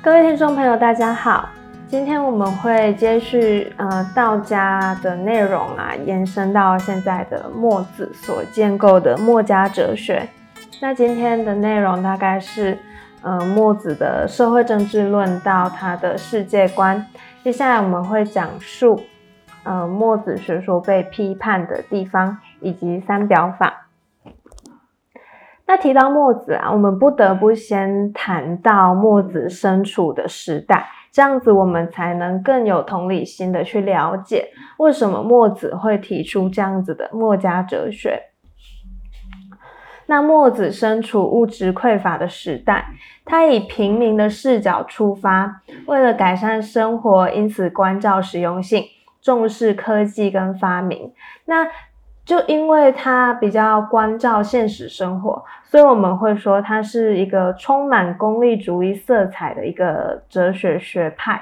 各位听众朋友大家好，今天我们会接续道家的内容延伸到现在的墨子所建构的墨家哲学。那今天的内容大概是墨子的社会政治论到他的世界观。接下来我们会讲述墨子学说被批判的地方以及三表法。那提到墨子我们不得不先谈到墨子身处的时代，这样子我们才能更有同理心的去了解为什么墨子会提出这样子的墨家哲学。那墨子身处物质匮乏的时代，他以平民的视角出发，为了改善生活，因此关照实用性，重视科技跟发明。那就因为他比较关照现实生活，所以我们会说他是一个充满功利主义色彩的一个哲学学派。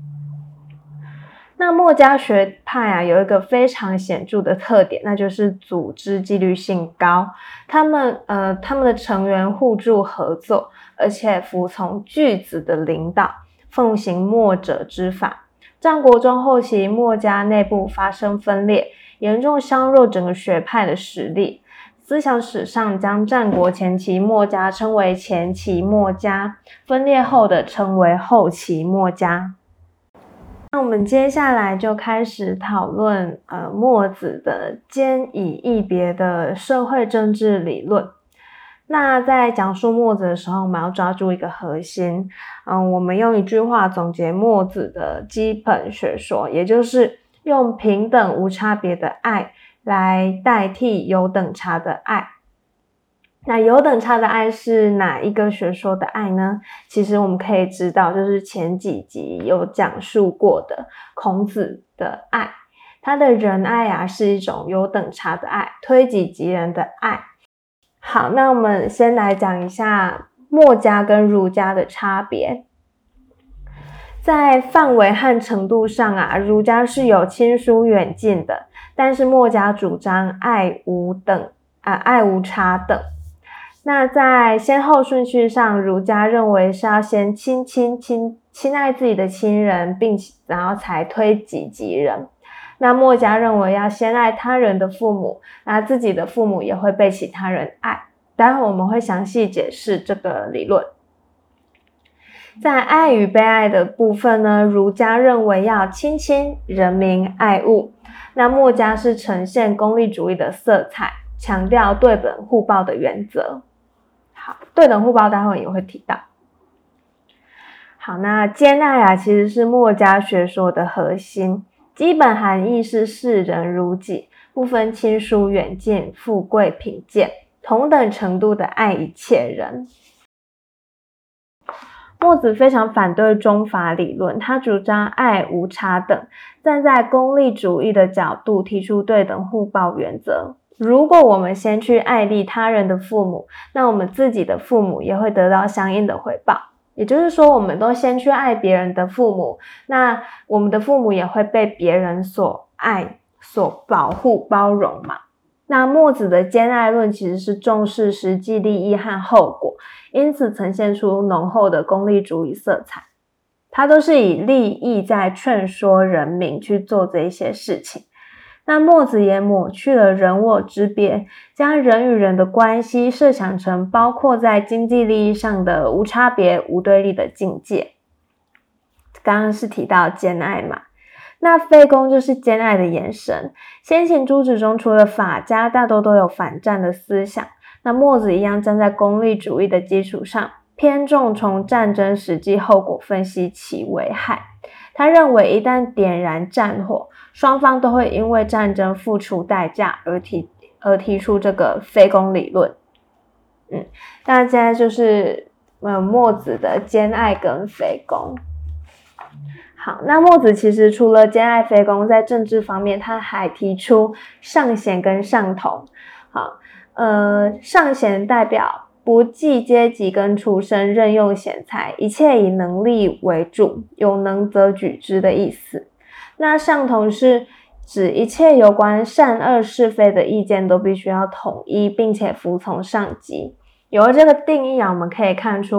那墨家学派有一个非常显著的特点，那就是组织纪律性高。他们的成员互助合作，而且服从巨子的领导，奉行墨者之法。战国中后期，墨家内部发生分裂，严重削弱整个学派的实力。思想史上将战国前期墨家称为前期墨家，分裂后的称为后期墨家。那我们接下来就开始讨论墨子的兼以异别的社会政治理论。那在讲述墨子的时候，我们要抓住一个核心，我们用一句话总结墨子的基本学说，也就是用平等无差别的爱来代替有等差的爱。那有等差的爱是哪一个学说的爱呢？其实我们可以知道，就是前几集有讲述过的孔子的爱，他的仁爱是一种有等差的爱，推己及人的爱。好，那我们先来讲一下墨家跟儒家的差别。在范围和程度上儒家是有亲疏远近的，但是墨家主张爱无差等。那在先后顺序上，儒家认为是要先亲爱自己的亲人，然后才推己及人。那墨家认为要先爱他人的父母，那自己的父母也会被其他人爱。待会我们会详细解释这个理论。在爱与被爱的部分呢，儒家认为要亲人民爱物，那墨家是呈现功利主义的色彩，强调对等互报的原则。好，对等互报待会也会提到。好，那兼爱其实是墨家学说的核心，基本含义是视人如己，不分亲疏远近、富贵贫贱，同等程度的爱一切人。墨子非常反对中法理论，他主张爱无差等，站在功利主义的角度提出对等互报原则。如果我们先去爱利他人的父母，那我们自己的父母也会得到相应的回报。也就是说，我们都先去爱别人的父母，那我们的父母也会被别人所爱、所保护、包容嘛。那墨子的兼爱论其实是重视实际利益和后果，因此呈现出浓厚的功利主义色彩。它都是以利益在劝说人民去做这些事情。那墨子也抹去了人我之别，将人与人的关系设想成包括在经济利益上的无差别、无对立的境界。刚刚是提到兼爱嘛，那非攻就是兼爱的延伸。先秦诸子中，除了法家，大多都有反战的思想。那墨子一样站在功利主义的基础上，偏重从战争实际后果分析其危害。他认为一旦点燃战火，双方都会因为战争付出代价而提出这个非攻理论。大家就是墨子的兼爱跟非攻。好，那墨子其实除了兼爱非攻，在政治方面他还提出上贤跟上同。好，上贤代表不计阶级跟出身，任用贤才，一切以能力为主，有能则举之的意思。那上同是指一切有关善恶是非的意见都必须要统一，并且服从上级。有了这个定义我们可以看出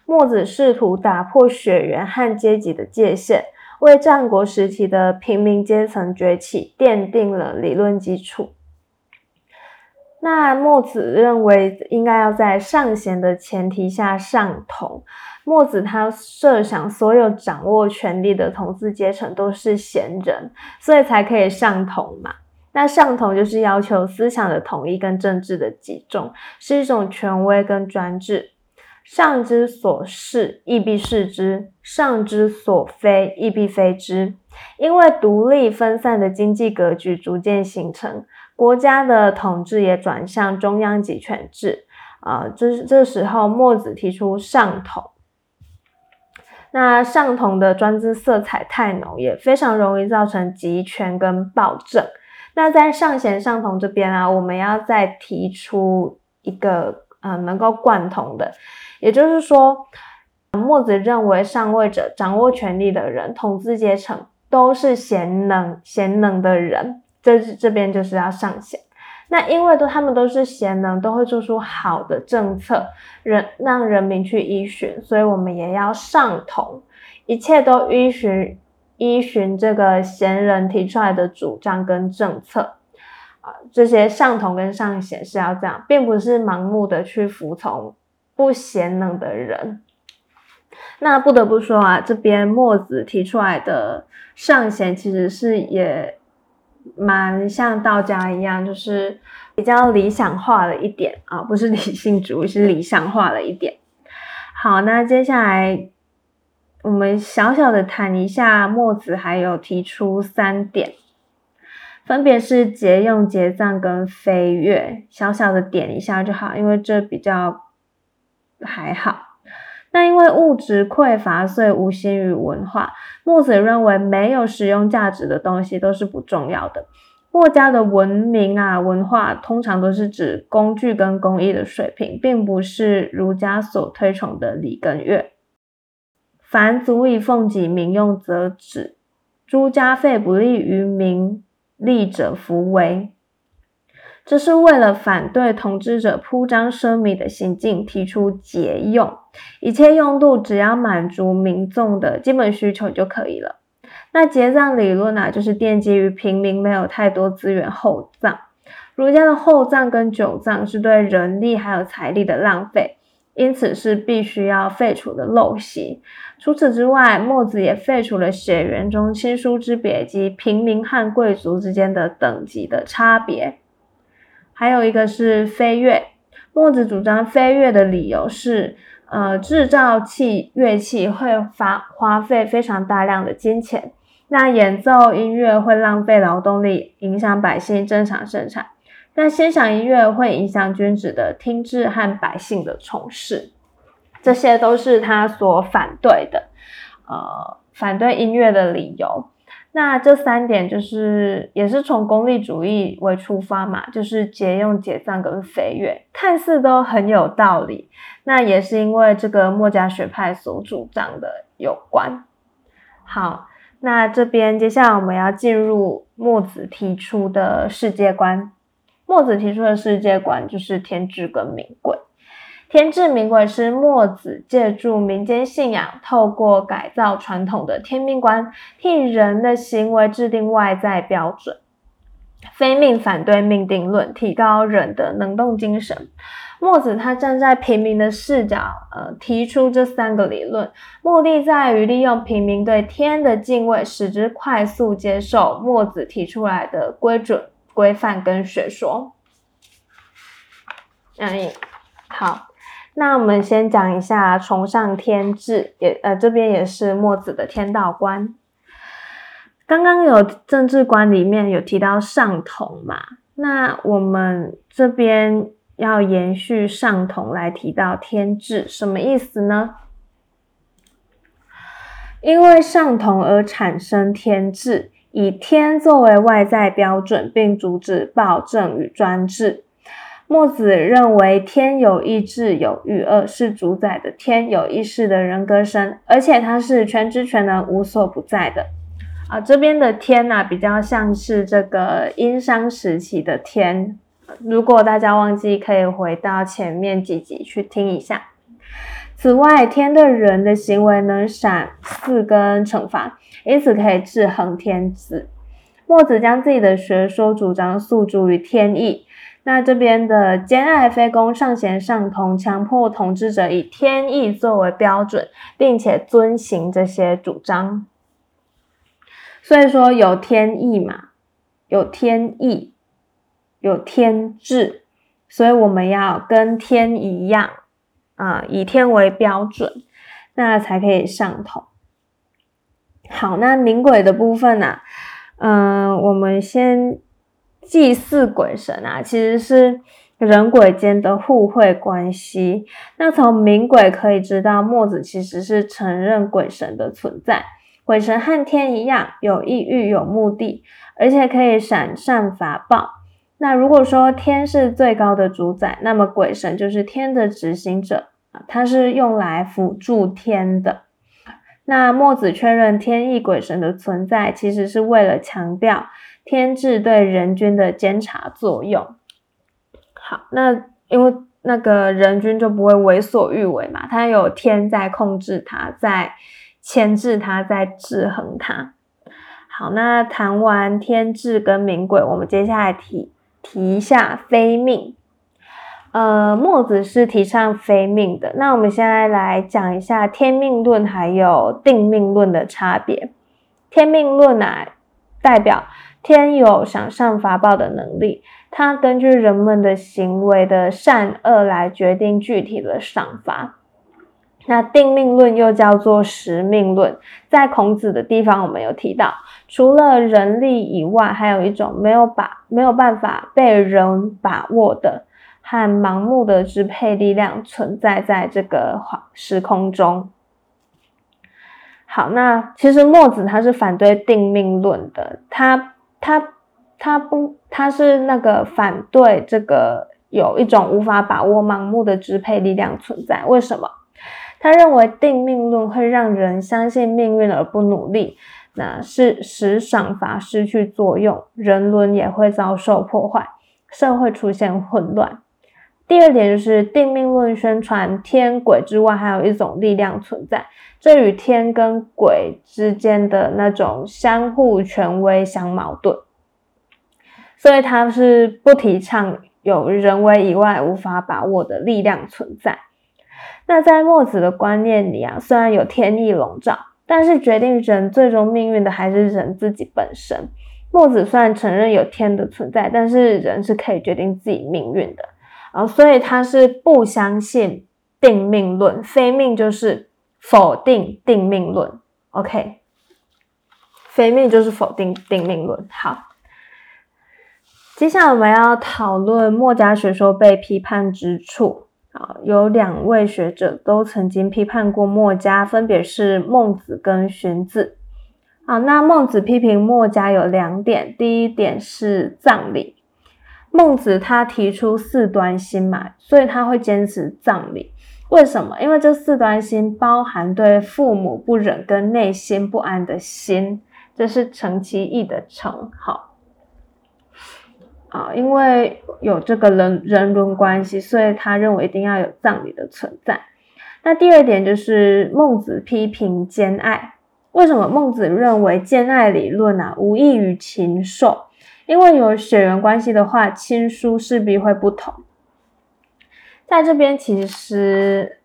墨子试图打破血缘和阶级的界限，为战国时期的平民阶层崛起奠定了理论基础。那墨子认为应该要在尚贤的前提下上同。墨子他设想所有掌握权力的统治阶层都是贤人，所以才可以上同嘛。那上同就是要求思想的统一跟政治的集中，是一种权威跟专制。上之所是，亦必是之；上之所非，亦必非之。因为独立分散的经济格局逐渐形成，国家的统治也转向中央集权制。这时候墨子提出上同。那上同的专制色彩太浓，也非常容易造成集权跟暴政。那在尚贤上同这边啊，我们要再提出一个能够贯通的，也就是说，墨子认为上位者掌握权力的人，统治阶层都是贤能的人，这边就是要上贤。那因为他们都是贤能，都会做出好的政策，让人民去依循，所以我们也要上同，一切都依循这个贤人提出来的主张跟政策。这些上同跟上贤是要这样，并不是盲目的去服从不贤能的人。那不得不说啊，这边墨子提出来的上贤其实是也蛮像道家一样，就是比较理想化了一点啊，不是理性主义，是理想化了一点。好，那接下来我们小小的谈一下墨子还有提出3点，分别是节用、节葬跟飞跃，小小的点一下就好，因为这比较还好。那因为物质匮乏，所以无心于文化。墨子认为没有实用价值的东西都是不重要的。墨家的文明啊、文化通常都是指工具跟工艺的水平，并不是儒家所推崇的礼跟乐。凡足以奉己民用则止，诸家费不利于民利者弗为。这是为了反对统治者铺张奢靡的行径，提出节用，一切用度只要满足民众的基本需求就可以了。那节葬理论啊，就是奠基于平民没有太多资源厚葬。儒家的厚葬跟久葬是对人力还有财力的浪费，因此是必须要废除的陋习。除此之外，墨子也废除了血缘中亲疏之别及平民和贵族之间的等级的差别。还有一个是飞跃，墨子主张飞跃的理由是制造乐器会花费非常大量的金钱，那演奏音乐会浪费劳动力，影响百姓正常生产，那欣赏音乐会影响君子的听制和百姓的从事，这些都是他所反对的反对音乐的理由。那这3点也是从功利主义为出发嘛，就是节用、节葬跟飞跃，看似都很有道理，那也是因为这个墨家学派所主张的有关。好，那这边接下来我们要进入墨子提出的世界观。墨子提出的世界观就是天志跟民贵。天志民贵是墨子借助民间信仰，透过改造传统的天命观，替人的行为制定外在标准。非命反对命定论，提高人的能动精神。墨子他站在平民的视角提出这3个理论，目的在于利用平民对天的敬畏，使之快速接受墨子提出来的规准、规范跟学说。好，那我们先讲一下崇尚天志，这边也是墨子的天道观。刚刚有政治观里面有提到上同嘛，那我们这边要延续上同来提到天志，什么意思呢？因为上同而产生天志，以天作为外在标准，并阻止暴政与专制。墨子认为天有意志有欲恶，是主宰的天，有意识的人格身，而且它是全知全能无所不在的。这边的天比较像是这个殷商时期的天，如果大家忘记可以回到前面几集去听一下。 此外，天对人的行为能赏赐跟惩罚，因此可以制衡天子。墨子将自己的学说主张诉诸于天意。那这边的兼爱非攻，上贤上通，强迫统治者以天意作为标准，并且遵行这些主张。所以说有天意嘛，有天意，有天志，所以我们要跟天一样以天为标准，那才可以上统。好，那冥鬼的部分我们先祭祀鬼神其实是人鬼间的互惠关系。那从冥鬼可以知道，墨子其实是承认鬼神的存在。鬼神和天一样，有意欲、有目的，而且可以赏善罚报。那如果说天是最高的主宰，那么鬼神就是天的执行者，它是用来辅助天的。那墨子确认天意鬼神的存在，其实是为了强调天志对人君的监察作用。好，那因为那个人君就不会为所欲为嘛，他有天在控制他，在牵制他，在制衡他。好，那谈完天志跟冥鬼，我们接下来提一下非命。墨子是提倡非命的。那我们现在来讲一下天命论还有定命论的差别。天命论代表天有赏善罚报的能力，它根据人们的行为的善恶来决定具体的赏罚。那定命论又叫做时命论，在孔子的地方我们有提到，除了人力以外，还有一种没有办法被人把握的和盲目的支配力量存在在这个时空中。好，那其实墨子他是反对定命论的，他是那个反对这个有一种无法把握盲目的支配力量存在。为什么？他认为定命论会让人相信命运而不努力，那是使赏罚失去作用，人伦也会遭受破坏，社会出现混乱。第二点就是定命论宣传天鬼之外还有一种力量存在，这与天跟鬼之间的那种相互权威相矛盾，所以他是不提倡有人为以外无法把握的力量存在。那在墨子的观念里虽然有天意笼罩，但是决定人最终命运的还是人自己本身。墨子虽然承认有天的存在，但是人是可以决定自己命运的，所以他是不相信定命论，非命就是否定定命论。 OK， 非命就是否定定命论。好，接下来我们要讨论墨家学说被批判之处。有两位学者都曾经批判过墨家，分别是孟子跟荀子。那孟子批评墨家有两点，第一点是葬礼。孟子他提出四端心嘛，所以他会坚持葬礼。为什么？因为这四端心包含对父母不忍跟内心不安的心，这是诚其意的诚。好，因为有这个人伦关系，所以他认为一定要有葬礼的存在。那第二点就是孟子批评兼爱。为什么孟子认为兼爱理论无异于禽兽？因为有血缘关系的话，亲疏势必会不同。在这边其实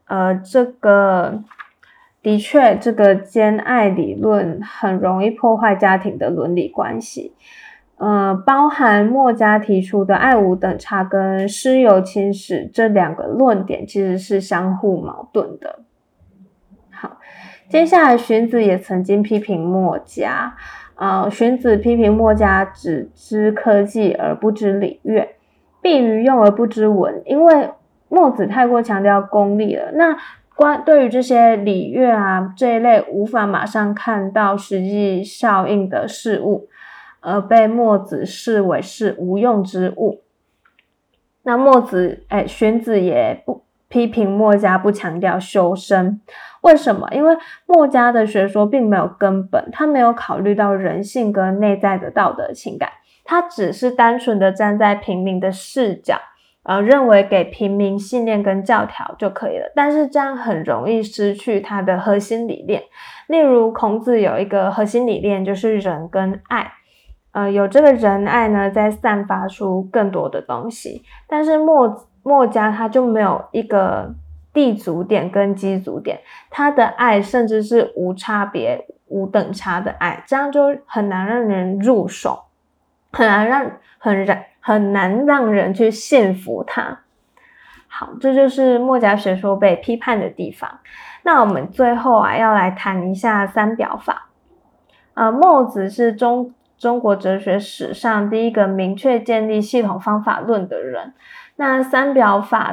的确这个兼爱理论很容易破坏家庭的伦理关系。包含墨家提出的爱无等差跟师友亲使这两个论点其实是相互矛盾的。好，接下来荀子也曾经批评墨家。荀子批评墨家只知科技而不知礼乐，必于用而不知文，因为墨子太过强调功利了。那对于这些礼乐这一类无法马上看到实际效应的事物，而被墨子视为是无用之物。那荀子也不批评墨家不强调修身。为什么？因为墨家的学说并没有根本，他没有考虑到人性跟内在的道德情感，他只是单纯的站在平民的视角认为给平民信念跟教条就可以了，但是这样很容易失去它的核心理念。例如孔子有一个核心理念就是仁跟爱，有这个仁爱呢，再散发出更多的东西。但是墨家它就没有一个地足点跟基足点，它的爱甚至是无差别、无等差的爱，这样就很难让人入手，很难让人去信服它。好，这就是墨家学说被批判的地方。那我们最后要来谈一下三表法。墨子是中国哲学史上第一个明确建立系统方法论的人。那三表法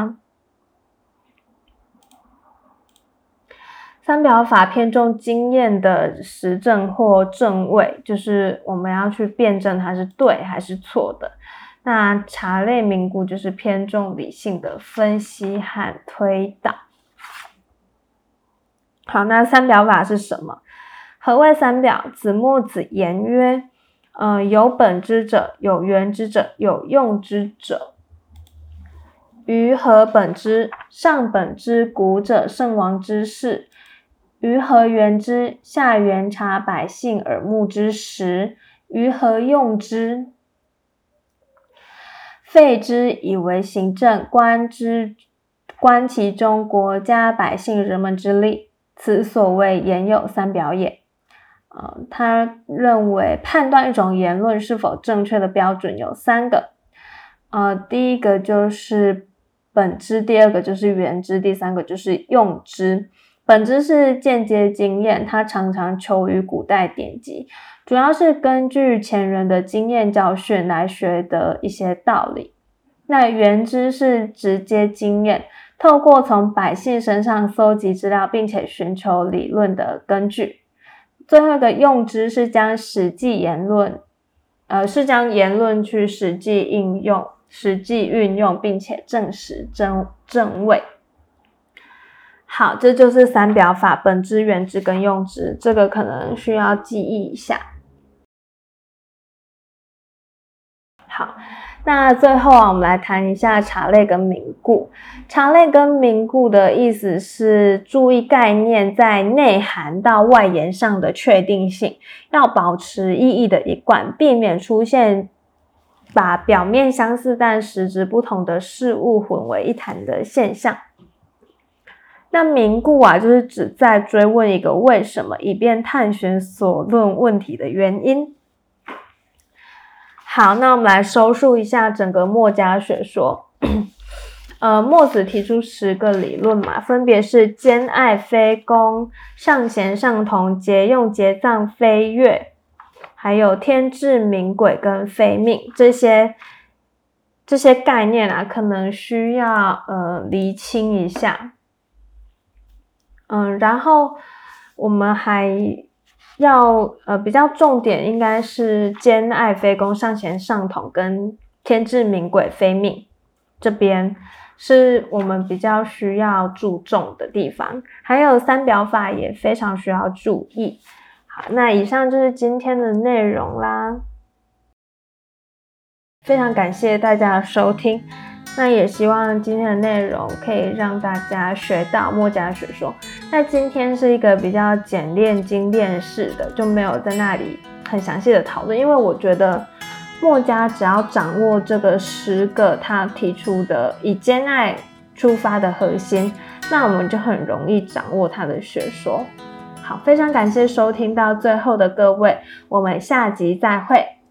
偏重经验的实证或正位，就是我们要去辩证它是对还是错的。那察类名故就是偏重理性的分析和推导。好，那三表法是什么？何谓三表？子墨子言曰，有本之者，有源之者，有用之者。于何本之？上本之古者，圣王之事。于何源之？下源察百姓耳目之实。于何用之？废之以为行政，观其中国家百姓人们之力，此所谓言有三表也。他认为判断一种言论是否正确的标准有三个，第一个就是本知，第二个就是源知，第三个就是用知。本知是间接经验，它常常求于古代典籍，主要是根据前人的经验教训来学的一些道理。那源知是直接经验，透过从百姓身上搜集资料，并且寻求理论的根据。最后一个用知是将言论去实际运用，并且证实正伪。好，这就是三表法：本知、源知跟用知，这个可能需要记忆一下。好，那最后我们来谈一下察类跟名故。察类跟名故的意思是注意概念在内涵到外延上的确定性，要保持意义的一贯，避免出现把表面相似但实质不同的事物混为一谈的现象。那名故就是指在追问一个为什么，以便探寻所论问题的原因。好，那我们来收束一下整个墨家学说。墨子提出10个理论嘛，分别是兼爱非攻、上贤上同、节用节葬非乐，还有天志明鬼跟非命。这些概念可能需要厘清一下。然后我们还要比较重点应该是兼爱非攻、上贤上同跟天志明鬼非命，这边是我们比较需要注重的地方。还有三表法也非常需要注意。好，那以上就是今天的内容啦，非常感谢大家的收听。那也希望今天的内容可以让大家学到墨家学说。那今天是一个比较简练精炼式的，就没有在那里很详细的讨论，因为我觉得墨家只要掌握这个10个他提出的以兼爱出发的核心，那我们就很容易掌握他的学说。好，非常感谢收听到最后的各位，我们下集再会。